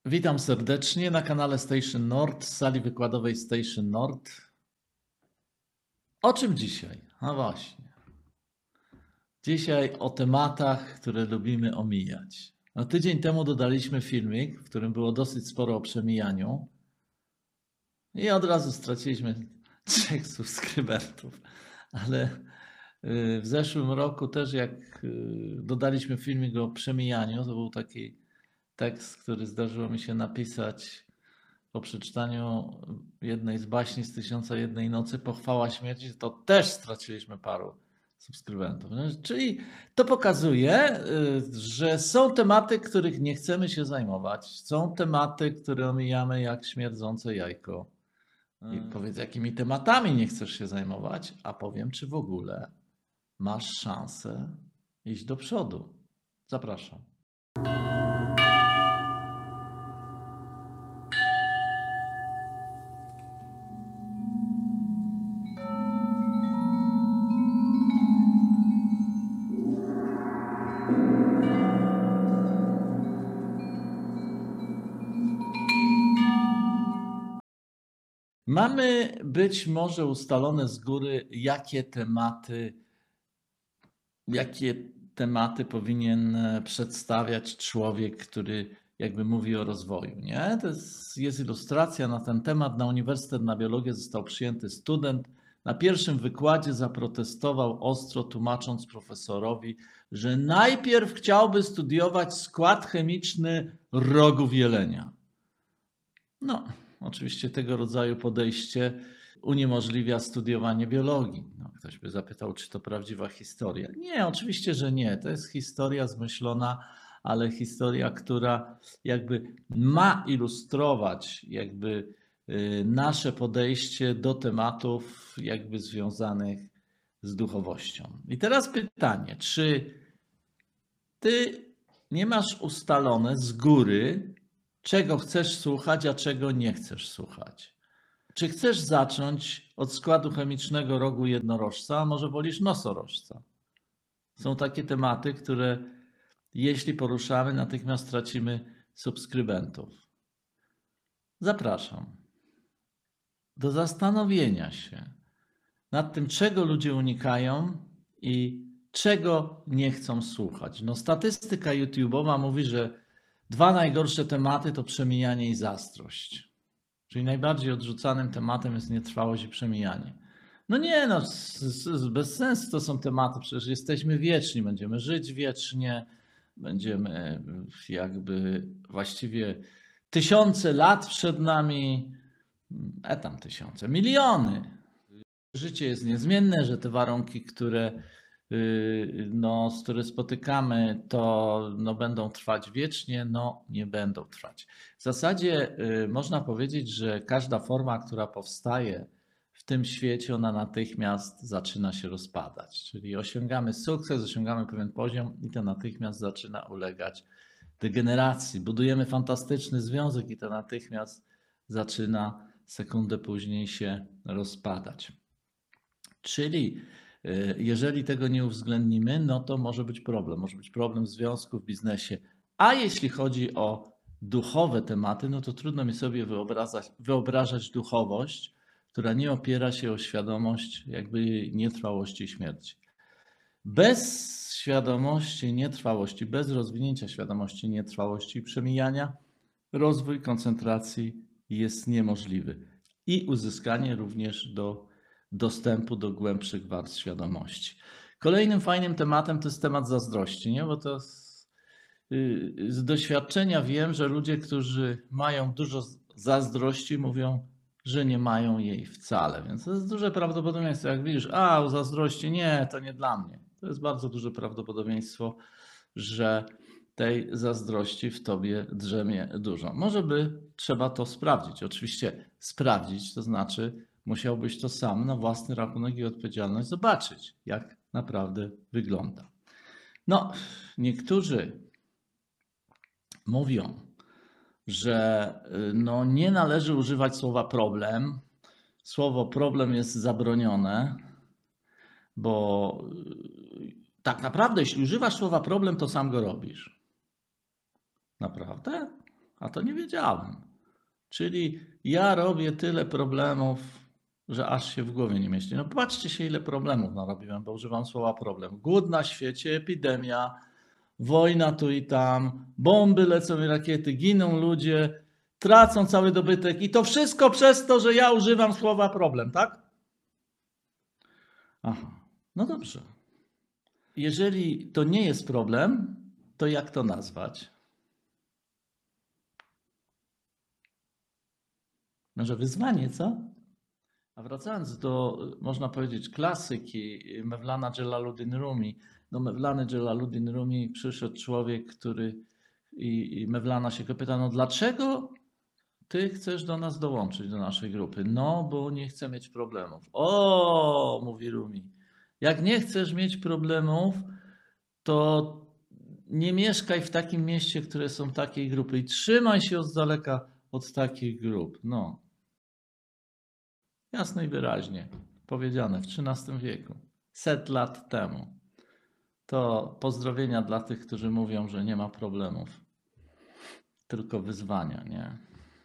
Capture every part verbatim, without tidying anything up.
Witam serdecznie na kanale Station Nord, z sali wykładowej Station Nord. O czym dzisiaj? No właśnie. Dzisiaj o tematach, które lubimy omijać. No, tydzień temu dodaliśmy filmik, w którym było dosyć sporo o przemijaniu i od razu straciliśmy trzech subskrybentów. Ale y, w zeszłym roku też jak y, dodaliśmy filmik o przemijaniu, to był taki tekst, który zdarzyło mi się napisać po przeczytaniu jednej z baśni z Tysiąca Jednej Nocy, Pochwała Śmierci, to też straciliśmy paru subskrybentów. No, czyli to pokazuje, y, że są tematy, których nie chcemy się zajmować. Są tematy, które omijamy jak śmierdzące jajko. I powiedz, jakimi tematami nie chcesz się zajmować, a powiem, czy w ogóle masz szansę iść do przodu. Zapraszam. Mamy być może ustalone z góry, jakie tematy, jakie tematy powinien przedstawiać człowiek, który jakby mówi o rozwoju. Nie? To jest, jest ilustracja na ten temat. Na Uniwersytet na Biologię został przyjęty student. Na pierwszym wykładzie zaprotestował ostro, tłumacząc profesorowi, że najpierw chciałby studiować skład chemiczny rogów jelenia. No, oczywiście tego rodzaju podejście uniemożliwia studiowanie biologii. No, ktoś by zapytał, czy to prawdziwa historia. Nie, oczywiście, że nie. To jest historia zmyślona, ale historia, która jakby ma ilustrować jakby nasze podejście do tematów jakby związanych z duchowością. I teraz pytanie, czy ty nie masz ustalone z góry, czego chcesz słuchać, a czego nie chcesz słuchać? Czy chcesz zacząć od składu chemicznego rogu jednorożca, a może wolisz nosorożca? Są takie tematy, które jeśli poruszamy, natychmiast tracimy subskrybentów. Zapraszam do zastanowienia się nad tym, czego ludzie unikają i czego nie chcą słuchać. No, statystyka YouTube'owa mówi, że dwa najgorsze tematy to przemijanie i zazdrość. Czyli najbardziej odrzucanym tematem jest nietrwałość i przemijanie. No nie, no bez sensu to są tematy, przecież jesteśmy wieczni, będziemy żyć wiecznie, będziemy jakby właściwie tysiące lat przed nami, e tam tysiące, miliony. Życie jest niezmienne, że te warunki, które, no, z które spotykamy, to no, będą trwać wiecznie, no nie będą trwać. W zasadzie można powiedzieć, że każda forma, która powstaje w tym świecie, ona natychmiast zaczyna się rozpadać. Czyli osiągamy sukces, osiągamy pewien poziom i to natychmiast zaczyna ulegać degeneracji. Budujemy fantastyczny związek i to natychmiast zaczyna sekundę później się rozpadać. Czyli jeżeli tego nie uwzględnimy, no to może być problem. Może być problem w związku, w biznesie. A jeśli chodzi o duchowe tematy, no to trudno mi sobie wyobrażać, wyobrażać duchowość, która nie opiera się o świadomość jakby nietrwałości śmierci. Bez świadomości nietrwałości, bez rozwinięcia świadomości nietrwałości i przemijania, rozwój koncentracji jest niemożliwy. I uzyskanie również do dostępu do głębszych warstw świadomości. Kolejnym fajnym tematem to jest temat zazdrości, nie? Bo to z, z doświadczenia wiem, że ludzie, którzy mają dużo zazdrości, mówią, że nie mają jej wcale. Więc to jest duże prawdopodobieństwo. Jak widzisz, a u zazdrości nie, to nie dla mnie. To jest bardzo duże prawdopodobieństwo, że tej zazdrości w tobie drzemie dużo. Może by trzeba to sprawdzić. Oczywiście sprawdzić, to znaczy musiałbyś to sam na własny rachunek i odpowiedzialność zobaczyć, jak naprawdę wygląda. No, niektórzy mówią, że no nie należy używać słowa problem. Słowo problem jest zabronione, bo tak naprawdę, jeśli używasz słowa problem, to sam go robisz. Naprawdę? A to nie wiedziałem. Czyli ja robię tyle problemów, że aż się w głowie nie mieści. No patrzcie się, ile problemów narobiłem, bo używam słowa problem. Głód na świecie, epidemia, wojna tu i tam, bomby lecą i rakiety, giną ludzie, tracą cały dobytek i to wszystko przez to, że ja używam słowa problem, tak? Aha, no dobrze. Jeżeli to nie jest problem, to jak to nazwać? Może wyzwanie, co? A wracając do, można powiedzieć, klasyki Mevlana Jalaluddin Rumi. Do Mevlany Jalaluddin Rumi przyszedł człowiek, który i, i Mevlana się go pyta, no dlaczego ty chcesz do nas dołączyć, do naszej grupy? No, bo nie chcę mieć problemów. O, mówi Rumi, jak nie chcesz mieć problemów, to nie mieszkaj w takim mieście, które są takiej grupy i trzymaj się z daleka od takich grup. No, jasno i wyraźnie powiedziane w trzynastym wieku, set lat temu. To pozdrowienia dla tych, którzy mówią, że nie ma problemów, tylko wyzwania, nie?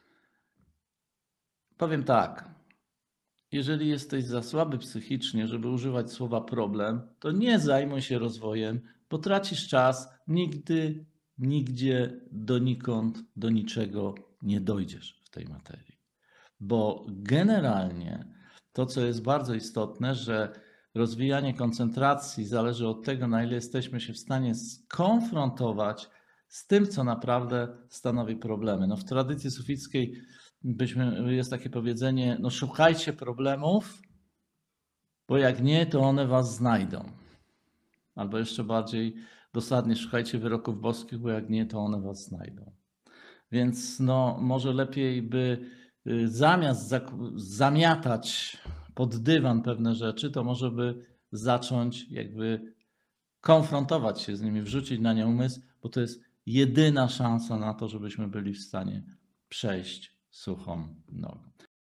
Powiem tak, jeżeli jesteś za słaby psychicznie, żeby używać słowa problem, to nie zajmuj się rozwojem, bo tracisz czas, nigdy, nigdzie, donikąd, do niczego nie dojdziesz w tej materii. Bo generalnie to, co jest bardzo istotne, że rozwijanie koncentracji zależy od tego, na ile jesteśmy się w stanie skonfrontować z tym, co naprawdę stanowi problemy. No w tradycji sufickiej byśmy, jest takie powiedzenie, no szukajcie problemów, bo jak nie, to one was znajdą. Albo jeszcze bardziej dosadnie, szukajcie wyroków boskich, bo jak nie, to one was znajdą. Więc no, może lepiej by zamiast zamiatać pod dywan pewne rzeczy, to może by zacząć jakby konfrontować się z nimi, wrzucić na nie umysł, bo to jest jedyna szansa na to, żebyśmy byli w stanie przejść suchą nogą.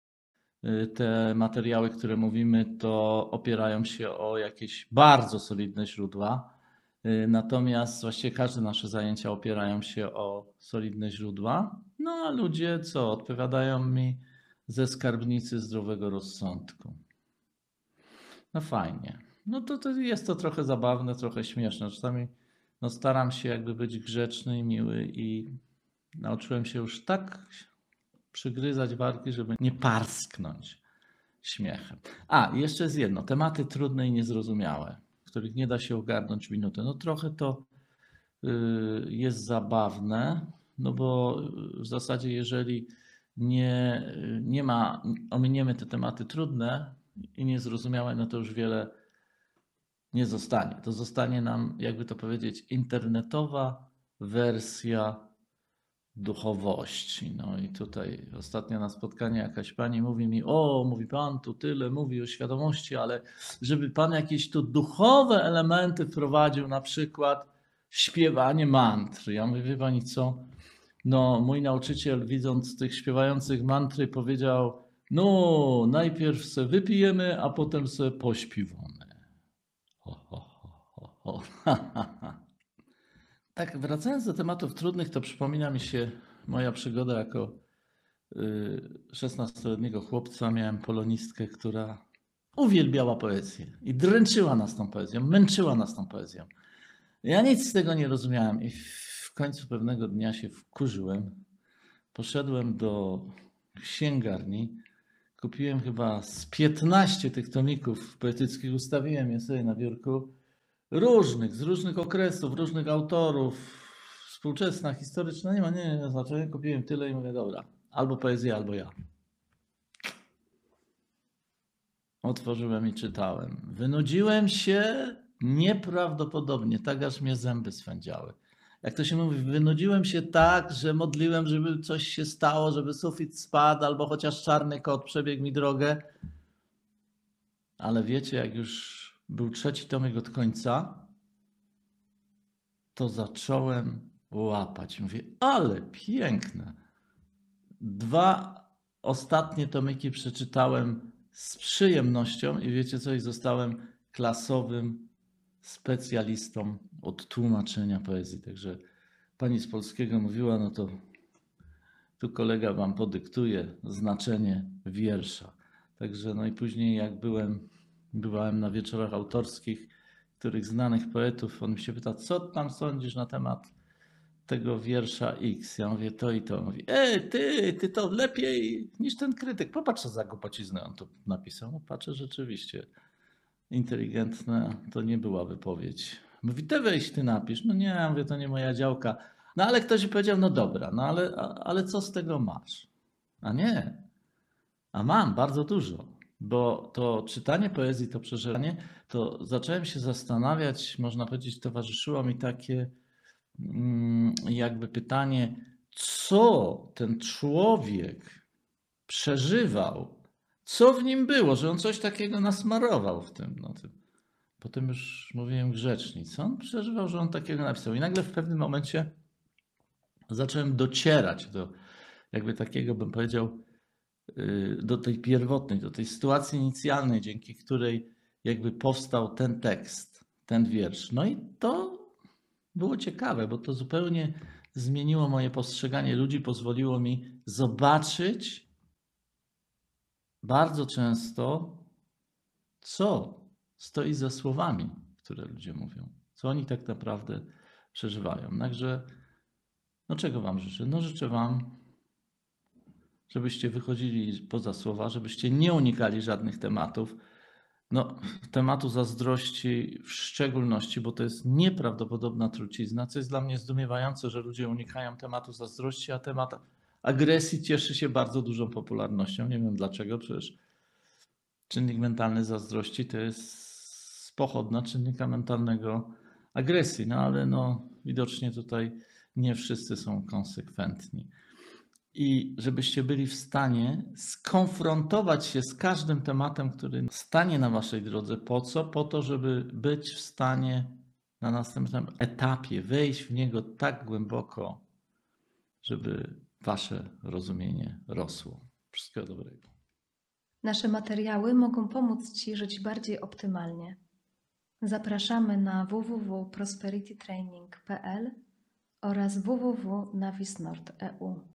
Te materiały, które mówimy, to opierają się o jakieś bardzo solidne źródła. Natomiast właściwie każde nasze zajęcia opierają się o solidne źródła. No a ludzie co? Odpowiadają mi ze skarbnicy zdrowego rozsądku. No fajnie. No to, to jest to trochę zabawne, trochę śmieszne. Czasami no staram się jakby być grzeczny i miły i nauczyłem się już tak przygryzać wargi, żeby nie parsknąć śmiechem. A, jeszcze jest jedno. Tematy trudne i niezrozumiałe, których nie da się ogarnąć w minutę. No trochę to jest zabawne, no bo w zasadzie jeżeli nie, nie ma, ominiemy te tematy trudne i niezrozumiałe, no to już wiele nie zostanie. To zostanie nam, jakby to powiedzieć, internetowa wersja duchowości. No i tutaj ostatnio na spotkaniu jakaś pani mówi mi, o, mówi pan tu tyle, mówi o świadomości, ale żeby pan jakieś tu duchowe elementy wprowadził, na przykład śpiewanie mantry. Ja mówię, wie pani co, no mój nauczyciel widząc tych śpiewających mantry powiedział, no najpierw se wypijemy, a potem se pośpiewamy. Ho, ho, ho, ho, ho. Tak, wracając do tematów trudnych, to przypomina mi się moja przygoda jako szesnastoletniego chłopca. Miałem polonistkę, która uwielbiała poezję i dręczyła nas tą poezją, męczyła nas tą poezją. Ja nic z tego nie rozumiałem i w końcu pewnego dnia się wkurzyłem. Poszedłem do księgarni, kupiłem chyba z piętnaście tych tomików poetyckich, ustawiłem je sobie na biurku. Różnych, z różnych okresów, różnych autorów, współczesna, historyczna, nie ma, nie, nie znaczenia. Kupiłem tyle i mówię, dobra, albo poezja, albo ja. Otworzyłem i czytałem. Wynudziłem się nieprawdopodobnie, tak aż mnie zęby swędziały. Jak to się mówi, wynudziłem się tak, że modliłem, żeby coś się stało, żeby sufit spadł, albo chociaż czarny kot przebiegł mi drogę. Ale wiecie, jak już był trzeci tomik od końca, to zacząłem łapać. Mówię, ale piękne. Dwa ostatnie tomiki przeczytałem z przyjemnością i wiecie co, i zostałem klasowym specjalistą od tłumaczenia poezji. Także pani z polskiego mówiła, no to tu kolega wam podyktuje znaczenie wiersza. Także no i później jak byłem, bywałem na wieczorach autorskich, których znanych poetów, on mi się pyta, co tam sądzisz na temat tego wiersza X? Ja mówię to i to. On mówi, ej ty, ty to lepiej niż ten krytyk. Popatrz, co za głupociznę on tu napisał. No patrzę, rzeczywiście. Inteligentna to nie była wypowiedź. Mówi, ty weź, ty napisz. No nie, ja mówię, to nie moja działka. No ale ktoś powiedział, no dobra, no ale, ale co z tego masz? A nie, a mam bardzo dużo, bo to czytanie poezji, to przeżywanie, to zacząłem się zastanawiać, można powiedzieć, towarzyszyło mi takie mm, jakby pytanie, co ten człowiek przeżywał, co w nim było, że on coś takiego nasmarował w tym. No, tym. Potem już mówiłem grzecznie, co on przeżywał, że on takiego napisał. I nagle w pewnym momencie zacząłem docierać do jakby takiego, bym powiedział, do tej pierwotnej, do tej sytuacji inicjalnej, dzięki której jakby powstał ten tekst, ten wiersz. No i to było ciekawe, bo to zupełnie zmieniło moje postrzeganie ludzi, pozwoliło mi zobaczyć bardzo często, co stoi za słowami, które ludzie mówią, co oni tak naprawdę przeżywają. Także, no czego wam życzę? No życzę wam, żebyście wychodzili poza słowa, żebyście nie unikali żadnych tematów. No, tematu zazdrości w szczególności, bo to jest nieprawdopodobna trucizna, co jest dla mnie zdumiewające, że ludzie unikają tematu zazdrości, a temat agresji cieszy się bardzo dużą popularnością. Nie wiem dlaczego, przecież czynnik mentalny zazdrości to jest pochodna czynnika mentalnego agresji, no ale no, widocznie tutaj nie wszyscy są konsekwentni. I żebyście byli w stanie skonfrontować się z każdym tematem, który stanie na waszej drodze. Po co? Po to, żeby być w stanie na następnym etapie wejść w niego tak głęboko, żeby wasze rozumienie rosło. Wszystkiego dobrego. Nasze materiały mogą pomóc ci żyć bardziej optymalnie. Zapraszamy na w w w kropka prosperity training kropka p l oraz w w w kropka navis nord kropka e u.